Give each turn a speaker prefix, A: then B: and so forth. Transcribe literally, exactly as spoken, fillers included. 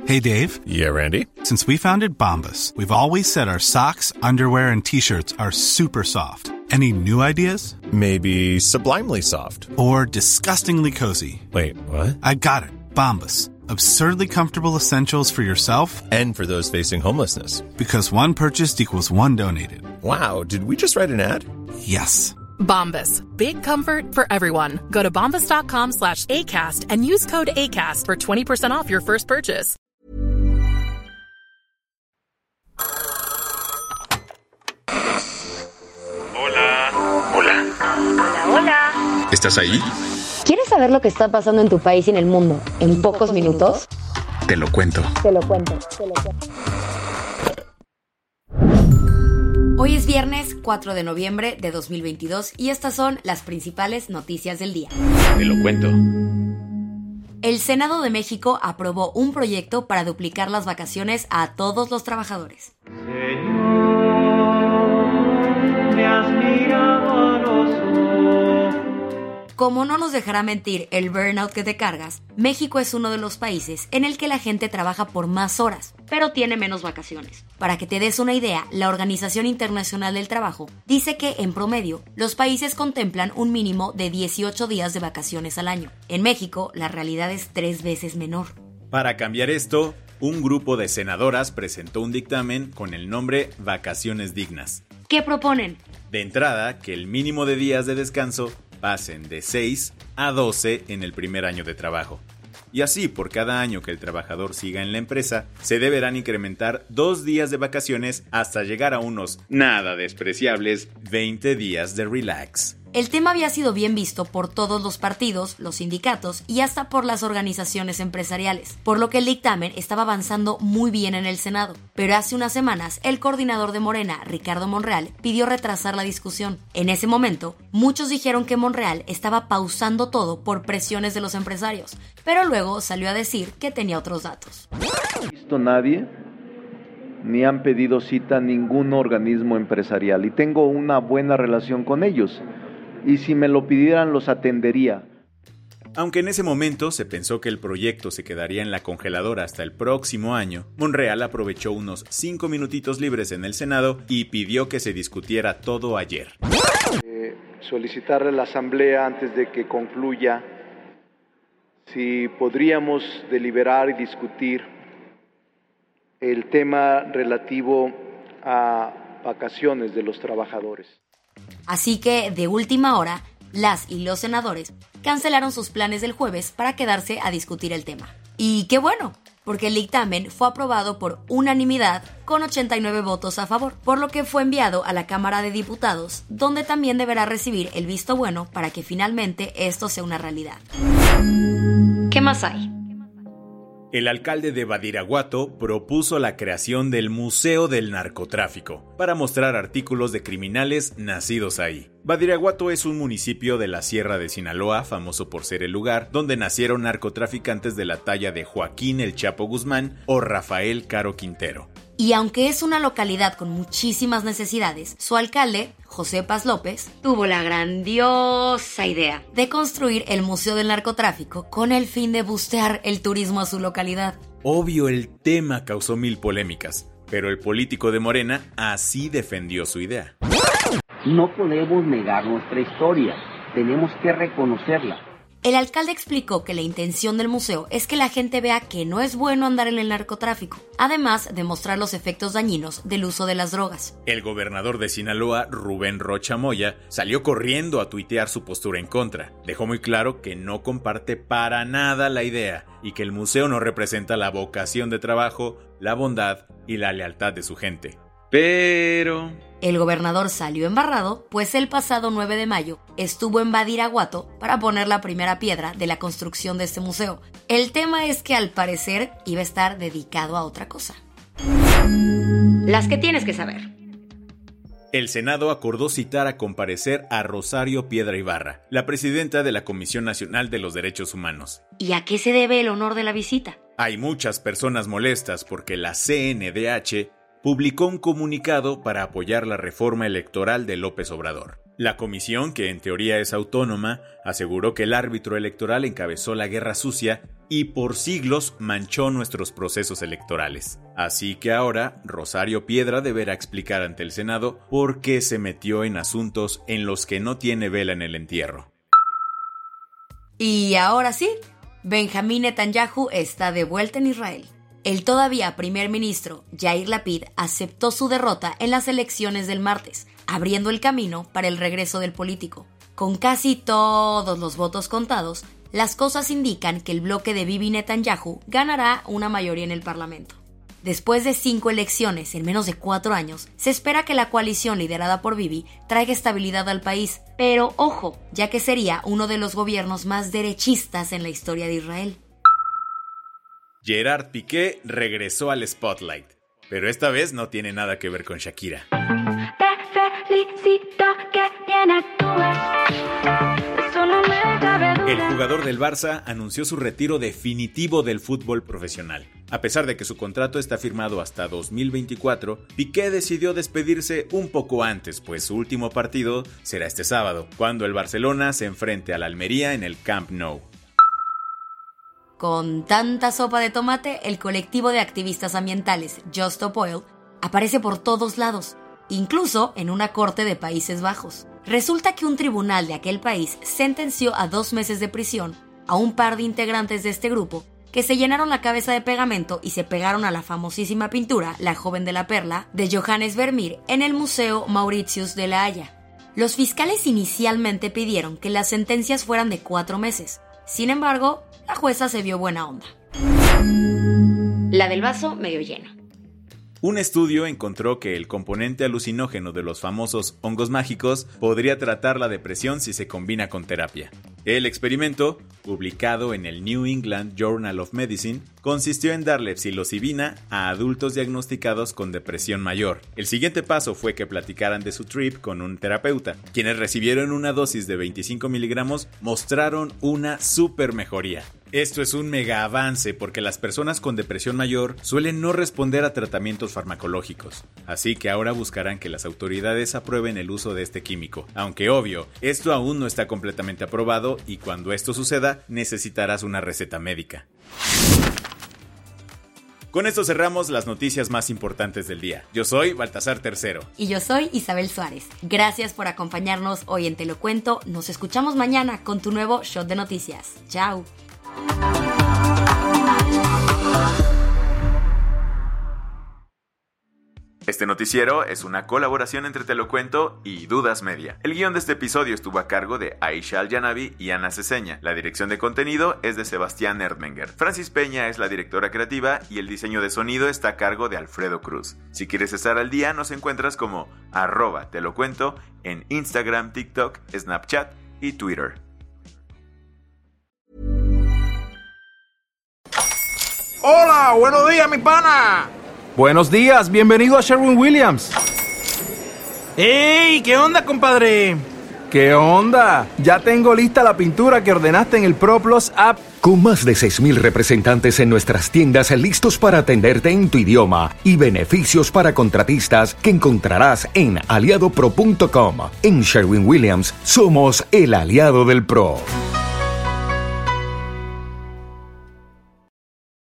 A: Hey, Dave.
B: Yeah, Randy?
A: Since we founded Bombas, we've always said our socks, underwear, and T-shirts are super soft. Any new ideas?
B: Maybe sublimely soft.
A: Or disgustingly cozy.
B: Wait, what?
A: I got it. Bombas. Absurdly comfortable essentials for yourself
B: and for those facing homelessness.
A: Because one purchased equals one donated.
B: Wow, did we just write an ad?
A: Yes.
C: Bombas. Big comfort for everyone. Go to bombas.com slash ACAST and use code ACAST for twenty percent off your first purchase.
D: Hola. Hola.
E: Hola, hola.
D: ¿Estás ahí?
E: ¿Quieres saber lo que está pasando en tu país y en el mundo en, en pocos minutos?
D: Te lo cuento.
E: Te lo cuento. Te lo cuento.
F: Hoy es viernes cuatro de noviembre de dos mil veintidós y estas son las principales noticias del día.
D: Te lo cuento.
F: El Senado de México aprobó un proyecto para duplicar las vacaciones a todos los trabajadores.
G: Señor, me has mirado a los ojos.
F: Como no nos dejará mentir el burnout que te cargas, México es uno de los países en el que la gente trabaja por más horas, pero tiene menos vacaciones. Para que te des una idea, la Organización Internacional del Trabajo dice que, en promedio, los países contemplan un mínimo de dieciocho días de vacaciones al año. En México, la realidad es tres veces menor.
H: Para cambiar esto, un grupo de senadoras presentó un dictamen con el nombre Vacaciones Dignas.
F: ¿Qué proponen?
H: De entrada, que el mínimo de días de descanso pasen de seis a doce en el primer año de trabajo. Y así, por cada año que el trabajador siga en la empresa, se deberán incrementar dos días de vacaciones hasta llegar a unos nada despreciables veinte días de relax.
F: El tema había sido bien visto por todos los partidos, los sindicatos y hasta por las organizaciones empresariales, por lo que el dictamen estaba avanzando muy bien en el Senado. Pero hace unas semanas, el coordinador de Morena, Ricardo Monreal, pidió retrasar la discusión. En ese momento, muchos dijeron que Monreal estaba pausando todo por presiones de los empresarios, pero luego salió a decir que tenía otros datos.
I: No he visto nadie, ni han pedido cita ningún organismo empresarial, y tengo una buena relación con ellos. Y si me lo pidieran, los atendería.
H: Aunque en ese momento se pensó que el proyecto se quedaría en la congeladora hasta el próximo año, Monreal aprovechó unos cinco minutitos libres en el Senado y pidió que se discutiera todo ayer.
I: Eh, solicitarle a la Asamblea, antes de que concluya, si podríamos deliberar y discutir el tema relativo a vacaciones de los trabajadores.
F: Así que, de última hora, las y los senadores cancelaron sus planes del jueves para quedarse a discutir el tema. Y qué bueno, porque el dictamen fue aprobado por unanimidad con ochenta y nueve votos a favor, por lo que fue enviado a la Cámara de Diputados, donde también deberá recibir el visto bueno para que finalmente esto sea una realidad. ¿Qué más hay?
H: El alcalde de Badiraguato propuso la creación del Museo del Narcotráfico para mostrar artículos de criminales nacidos ahí. Badiraguato es un municipio de la Sierra de Sinaloa, famoso por ser el lugar donde nacieron narcotraficantes de la talla de Joaquín El Chapo Guzmán o Rafael Caro Quintero.
F: Y aunque es una localidad con muchísimas necesidades, su alcalde, José Paz López, tuvo la grandiosa idea de construir el Museo del Narcotráfico con el fin de bustear el turismo a su localidad.
H: Obvio, el tema causó mil polémicas, pero el político de Morena así defendió su idea.
J: No podemos negar nuestra historia, tenemos que reconocerla.
F: El alcalde explicó que la intención del museo es que la gente vea que no es bueno andar en el narcotráfico, además de mostrar los efectos dañinos del uso de las drogas.
H: El gobernador de Sinaloa, Rubén Rocha Moya, salió corriendo a tuitear su postura en contra. Dejó muy claro que no comparte para nada la idea y que el museo no representa la vocación de trabajo, la bondad y la lealtad de su gente. Pero...
F: el gobernador salió embarrado, pues el pasado nueve de mayo estuvo en Badiraguato para poner la primera piedra de la construcción de este museo. El tema es que al parecer iba a estar dedicado a otra cosa. Las que tienes que saber.
H: El Senado acordó citar a comparecer a Rosario Piedra Ibarra, la presidenta de la Comisión Nacional de los Derechos Humanos.
F: ¿Y a qué se debe el honor de la visita?
H: Hay muchas personas molestas porque la C N D H publicó un comunicado para apoyar la reforma electoral de López Obrador. La comisión, que en teoría es autónoma, aseguró que el árbitro electoral encabezó la guerra sucia y por siglos manchó nuestros procesos electorales. Así que ahora Rosario Piedra deberá explicar ante el Senado por qué se metió en asuntos en los que no tiene vela en el entierro.
F: Y ahora sí, Benjamín Netanyahu está de vuelta en Israel. El todavía primer ministro Yair Lapid aceptó su derrota en las elecciones del martes, abriendo el camino para el regreso del político. Con casi todos los votos contados, las cosas indican que el bloque de Bibi Netanyahu ganará una mayoría en el Parlamento. Después de cinco elecciones en menos de cuatro años, se espera que la coalición liderada por Bibi traiga estabilidad al país, pero ojo, ya que sería uno de los gobiernos más derechistas en la historia de Israel.
H: Gerard Piqué regresó al spotlight, pero esta vez no tiene nada que ver con Shakira. El jugador del Barça anunció su retiro definitivo del fútbol profesional. A pesar de que su contrato está firmado hasta dos mil veinticuatro, Piqué decidió despedirse un poco antes, pues su último partido será este sábado, cuando el Barcelona se enfrente al Almería en el Camp Nou.
F: Con tanta sopa de tomate, el colectivo de activistas ambientales Just Stop Oil aparece por todos lados, incluso en una corte de Países Bajos. Resulta que un tribunal de aquel país sentenció a dos meses de prisión a un par de integrantes de este grupo que se llenaron la cabeza de pegamento y se pegaron a la famosísima pintura La joven de la perla de Johannes Vermeer en el Museo Mauritius de La Haya. Los fiscales inicialmente pidieron que las sentencias fueran de cuatro meses. Sin embargo, la jueza se vio buena onda.
E: La del vaso medio lleno.
H: Un estudio encontró que el componente alucinógeno de los famosos hongos mágicos podría tratar la depresión si se combina con terapia. El experimento, publicado en el New England Journal of Medicine, consistió en darle psilocibina a adultos diagnosticados con depresión mayor. El siguiente paso fue que platicaran de su trip con un terapeuta. Quienes recibieron una dosis de veinticinco miligramos mostraron una super mejoría. Esto es un mega avance porque las personas con depresión mayor suelen no responder a tratamientos farmacológicos. Así que ahora buscarán que las autoridades aprueben el uso de este químico. Aunque obvio, esto aún no está completamente aprobado y cuando esto suceda necesitarás una receta médica. Con esto cerramos las noticias más importantes del día. Yo soy Baltasar Tercero.
F: Y yo soy Isabel Suárez. Gracias por acompañarnos hoy en Te lo cuento. Nos escuchamos mañana con tu nuevo Shot de Noticias. Chao.
H: Este noticiero es una colaboración entre Te lo cuento y Dudas Media. El guión de este episodio estuvo a cargo de Aisha Al-Janabi y Ana Ceseña. La dirección de contenido es de Sebastián Erdmenger. Francis Peña es la directora creativa y el diseño de sonido está a cargo de Alfredo Cruz. Si quieres estar al día, nos encuentras como arroba Te lo cuento en Instagram, TikTok, Snapchat y Twitter.
K: Hola, buenos días, mi pana.
L: Buenos días, bienvenido a Sherwin-Williams.
K: ¡Ey! ¿Qué onda, compadre?
L: ¿Qué onda? Ya tengo lista la pintura que ordenaste en el ProPlus app.
M: Con más de seis mil representantes en nuestras tiendas listos para atenderte en tu idioma y beneficios para contratistas que encontrarás en aliado pro punto com. En Sherwin-Williams somos el aliado del pro.